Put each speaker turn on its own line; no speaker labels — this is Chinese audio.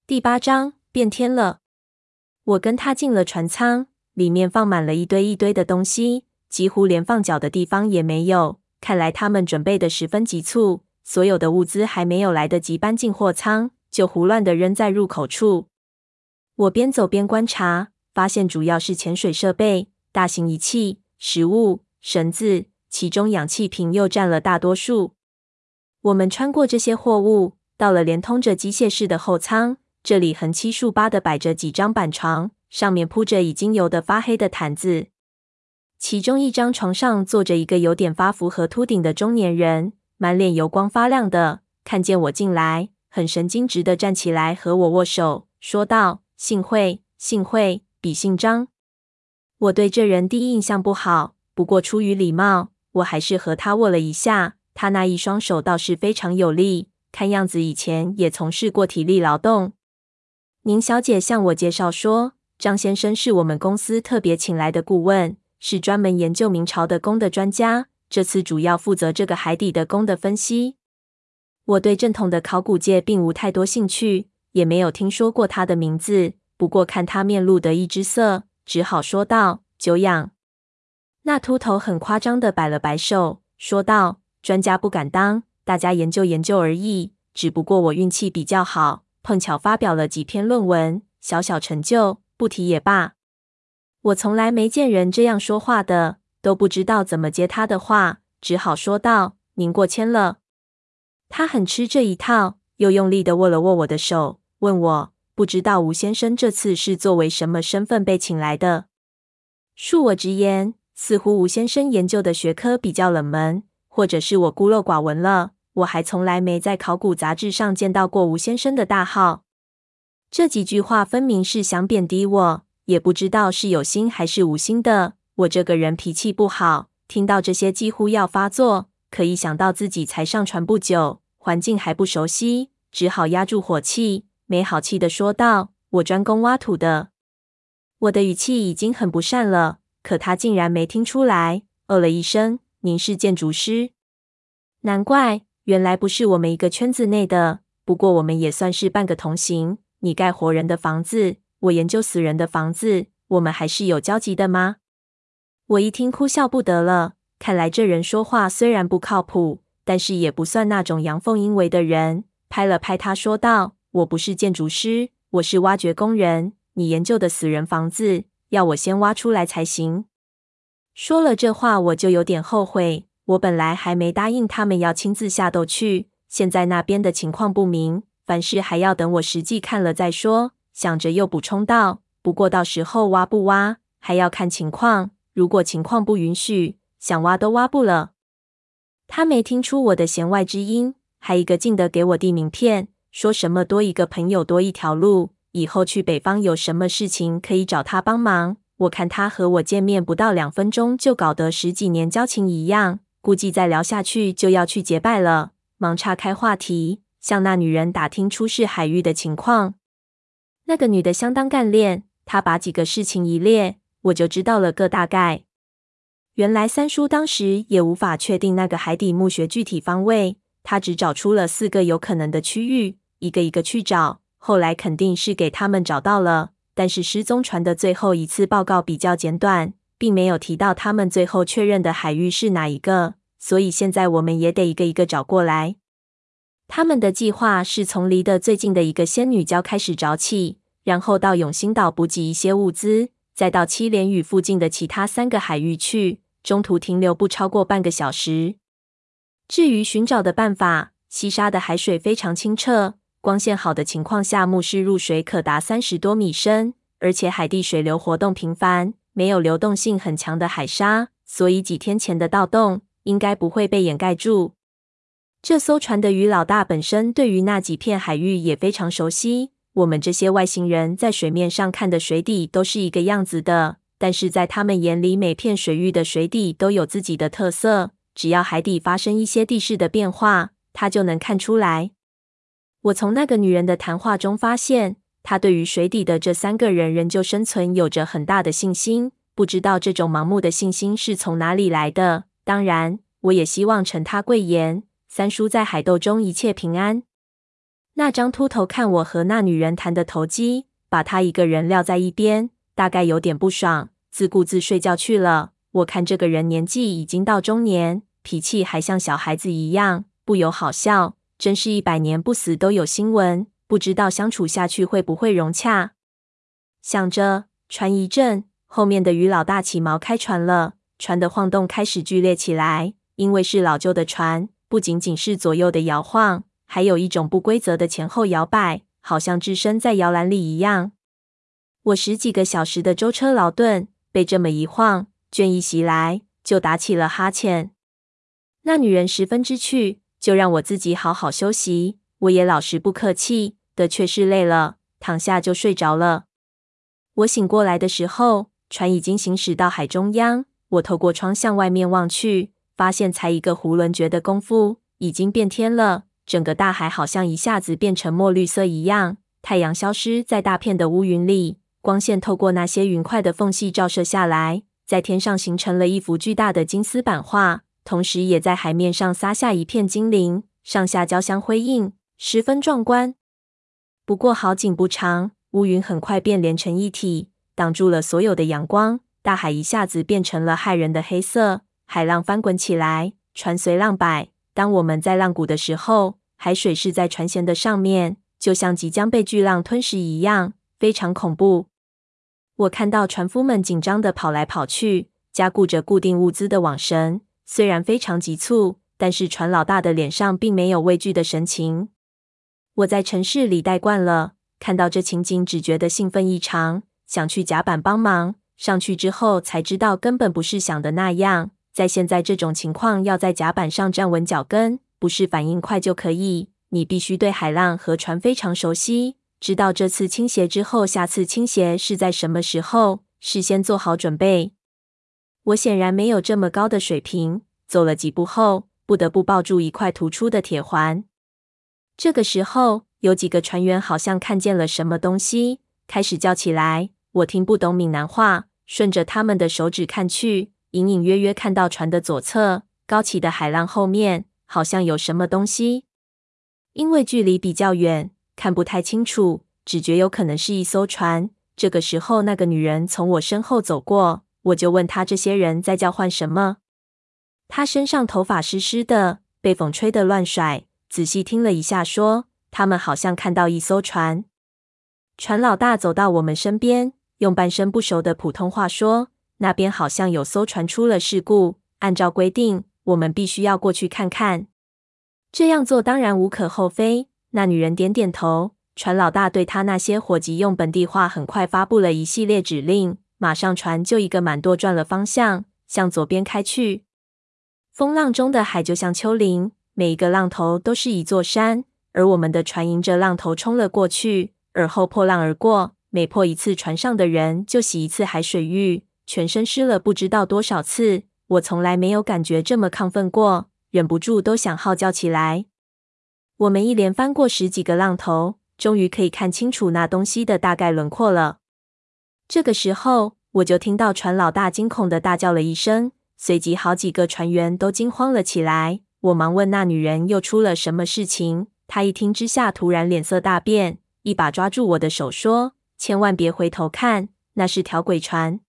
第8章变天了。我跟他进了船舱，里面放满了一堆一堆的东西，几乎连放脚的地方也没有。看来他们准备得十分急促，所有的物资还没有来得及搬进货舱，就胡乱地扔在入口处。我边走边观察，发现主要是潜水设备、大型仪器、食物、绳子，其中氧气瓶又占了大多数。我们穿过这些货物，到了连通着机械室的后舱。这里横七竖八地摆着几张板床，上面铺着已经油得发黑的毯子。其中一张床上坐着一个有点发福和秃顶的中年人，满脸油光发亮的。看见我进来，很神经质地站起来和我握手，说道：“幸会，幸会，比姓张。”我对这人第一印象不好，不过出于礼貌，我还是和他握了一下。他那一双手倒是非常有力，看样子以前也从事过体力劳动。宁小姐向我介绍说，张先生是我们公司特别请来的顾问，是专门研究明朝的宫的专家，这次主要负责这个海底的宫的分析。我对正统的考古界并无太多兴趣，也没有听说过他的名字，不过看他面露得意之色，只好说道：“久仰。”那秃头很夸张地摆了摆手，说道：“专家不敢当，大家研究研究而已，只不过我运气比较好。碰巧发表了几篇论文，小小成就，不提也罢。”我从来没见人这样说话的，都不知道怎么接他的话，只好说道：“您过谦了。”他很吃这一套，又用力地握了握我的手，问我：“不知道吴先生这次是作为什么身份被请来的？”恕我直言，似乎吴先生研究的学科比较冷门，或者是我孤陋寡闻了。我还从来没在考古杂志上见到过吴先生的大号。这几句话分明是想贬低我，也不知道是有心还是无心的。我这个人脾气不好，听到这些几乎要发作，可一想到自己才上船不久，环境还不熟悉，只好压住火气，没好气地说道：“我专攻挖土的。”我的语气已经很不善了，可他竟然没听出来，了一声：“您是建筑师？难怪。原来不是我们一个圈子内的，不过我们也算是半个同行。你盖活人的房子，我研究死人的房子，我们还是有交集的吗？”我一听哭笑不得了，看来这人说话虽然不靠谱，但是也不算那种阳奉阴违的人，拍了拍他说道：“我不是建筑师，我是挖掘工人，你研究的死人房子，要我先挖出来才行。”说了这话，我就有点后悔。我本来还没答应他们要亲自下斗去，现在那边的情况不明，凡事还要等我实际看了再说。想着又补充道：“不过到时候挖不挖，还要看情况，如果情况不允许，想挖都挖不了。”他没听出我的弦外之音，还一个劲地给我递名片，说什么多一个朋友多一条路，以后去北方有什么事情可以找他帮忙。我看他和我见面不到2分钟就搞得10几年交情一样，估计再聊下去就要去结拜了，忙岔开话题，向那女人打听出事海域的情况。那个女的相当干练，她把几个事情一列，我就知道了个大概。原来三叔当时也无法确定那个海底墓穴具体方位，他只找出了4个有可能的区域，一个一个去找，后来肯定是给他们找到了，但是失踪船的最后一次报告比较简短，并没有提到他们最后确认的海域是哪一个，所以现在我们也得一个一个找过来。他们的计划是从离得最近的一个仙女礁开始找起，然后到永兴岛补给一些物资，再到七连屿附近的其他3个海域去，中途停留不超过半个小时。至于寻找的办法，西沙的海水非常清澈，光线好的情况下目视入水可达30多米深，而且海地水流活动频繁，没有流动性很强的海沙，所以几天前的盗洞应该不会被掩盖住。这艘船的鱼老大本身对于那几片海域也非常熟悉，我们这些外星人在水面上看的水底都是一个样子的，但是在他们眼里每片水域的水底都有自己的特色，只要海底发生一些地势的变化，他就能看出来。我从那个女人的谈话中发现，她对于水底的这3个人仍旧生存有着很大的信心，不知道这种盲目的信心是从哪里来的。当然，我也希望承她贵言，三叔在海斗中一切平安。 那张秃头看我和那女人谈的投机，把他一个人撂在一边，大概有点不爽，自顾自睡觉去了。我看这个人年纪已经到中年，脾气还像小孩子一样，不由好笑，真是100年不死都有新闻，不知道相处下去会不会融洽。想着，船一震，后面的于老大起锚开船了，船的晃动开始剧烈起来，因为是老旧的船，不仅仅是左右的摇晃，还有一种不规则的前后摇摆，好像置身在摇篮里一样。我10几个小时的舟车劳顿，被这么一晃，倦意袭来，就打起了哈欠。那女人十分知趣，就让我自己好好休息，我也老实不客气，的确是累了，躺下就睡着了。我醒过来的时候，船已经行驶到海中央，我透过窗向外面望去，发现才一个囫囵觉的功夫，已经变天了，整个大海好像一下子变成墨绿色一样，太阳消失在大片的乌云里，光线透过那些云块的缝隙照射下来，在天上形成了一幅巨大的金丝版画，同时也在海面上撒下一片金鳞，上下交相辉映，十分壮观。不过好景不长，乌云很快便连成一体，挡住了所有的阳光，大海一下子变成了骇人的黑色，海浪翻滚起来，船随浪摆。当我们在浪谷的时候，海水是在船舷的上面，就像即将被巨浪吞噬一样，非常恐怖。我看到船夫们紧张地跑来跑去，加固着固定物资的网绳，虽然非常急促，但是船老大的脸上并没有畏惧的神情。我在城市里待惯了，看到这情景只觉得兴奋异常，想去甲板帮忙，上去之后才知道根本不是想的那样，在现在这种情况要在甲板上站稳脚跟，不是反应快就可以，你必须对海浪和船非常熟悉，知道这次倾斜之后下次倾斜是在什么时候，事先做好准备。我显然没有这么高的水平，走了几步后，不得不抱住一块突出的铁环。这个时候，有几个船员好像看见了什么东西，开始叫起来。我听不懂闽南话，顺着他们的手指看去，隐隐约约看到船的左侧，高起的海浪后面，好像有什么东西。因为距离比较远，看不太清楚，只觉有可能是一艘船。这个时候，那个女人从我身后走过，我就问她这些人在叫唤什么。她身上头发湿湿的，被风吹得乱甩，仔细听了一下说，他们好像看到一艘船。船老大走到我们身边，用半生不熟的普通话说，那边好像有艘船出了事故，按照规定，我们必须要过去看看。这样做当然无可厚非，那女人点点头，船老大对他那些伙计用本地话很快发布了一系列指令，马上船就一个满舵转了方向，向左边开去。风浪中的海就像丘陵，每一个浪头都是一座山，而我们的船迎着浪头冲了过去，而后破浪而过，每破一次船上的人就洗一次海水浴，全身湿了不知道多少次，我从来没有感觉这么亢奋过，忍不住都想号叫起来。我们一连翻过10几个浪头，终于可以看清楚那东西的大概轮廓了。这个时候，我就听到船老大惊恐地大叫了一声，随即好几个船员都惊慌了起来。我忙问那女人又出了什么事情，她一听之下突然脸色大变，一把抓住我的手说，千万别回头看，那是条鬼船。